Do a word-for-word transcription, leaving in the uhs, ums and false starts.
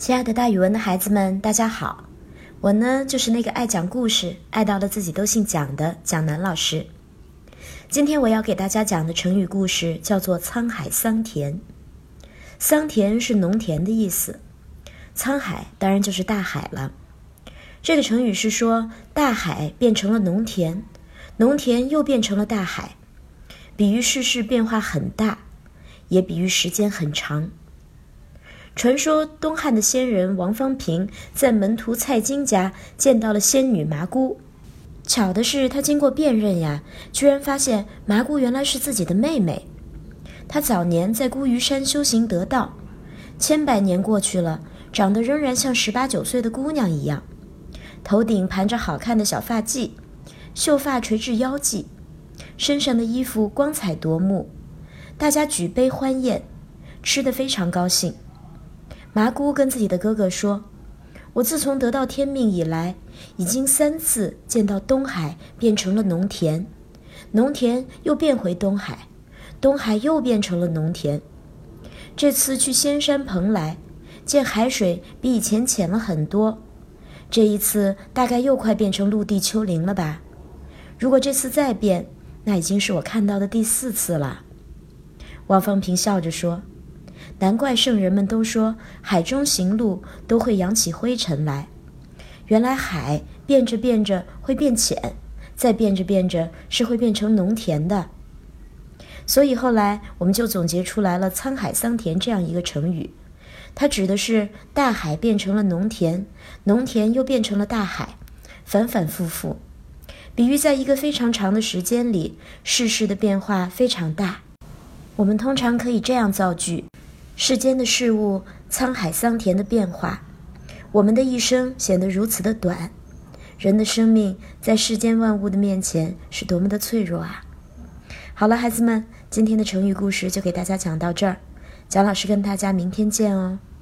亲爱的大语文的孩子们，大家好，我呢就是那个爱讲故事爱到了自己都姓蒋的蒋楠老师。今天我要给大家讲的成语故事叫做沧海桑田。桑田是农田的意思，沧海当然就是大海了。这个成语是说大海变成了农田，农田又变成了大海，比喻世事变化很大，也比喻时间很长。传说东汉的仙人王方平在门徒蔡京家见到了仙女麻姑，巧的是他经过辨认呀，居然发现麻姑原来是自己的妹妹。他早年在孤屿山修行得道，千百年过去了，长得仍然像十八九岁的姑娘一样，头顶盘着好看的小发髻，秀发垂至腰际，身上的衣服光彩夺目，大家举杯欢宴，吃得非常高兴。麻姑跟自己的哥哥说，我自从得到天命以来，已经三次见到东海变成了农田，农田又变回东海，东海又变成了农田。这次去仙山蓬莱，见海水比以前浅了很多，这一次大概又快变成陆地丘陵了吧。如果这次再变，那已经是我看到的第四次了。王方平笑着说，难怪圣人们都说海中行路都会扬起灰尘来，原来海变着变着会变浅，再变着变着是会变成农田的。所以后来我们就总结出来了沧海桑田这样一个成语，它指的是大海变成了农田，农田又变成了大海，反反复复，比喻在一个非常长的时间里，世事的变化非常大。我们通常可以这样造句，世间的事物沧海桑田的变化，我们的一生显得如此的短，人的生命在世间万物的面前是多么的脆弱啊。好了孩子们，今天的成语故事就给大家讲到这儿，蒋老师跟大家明天见哦。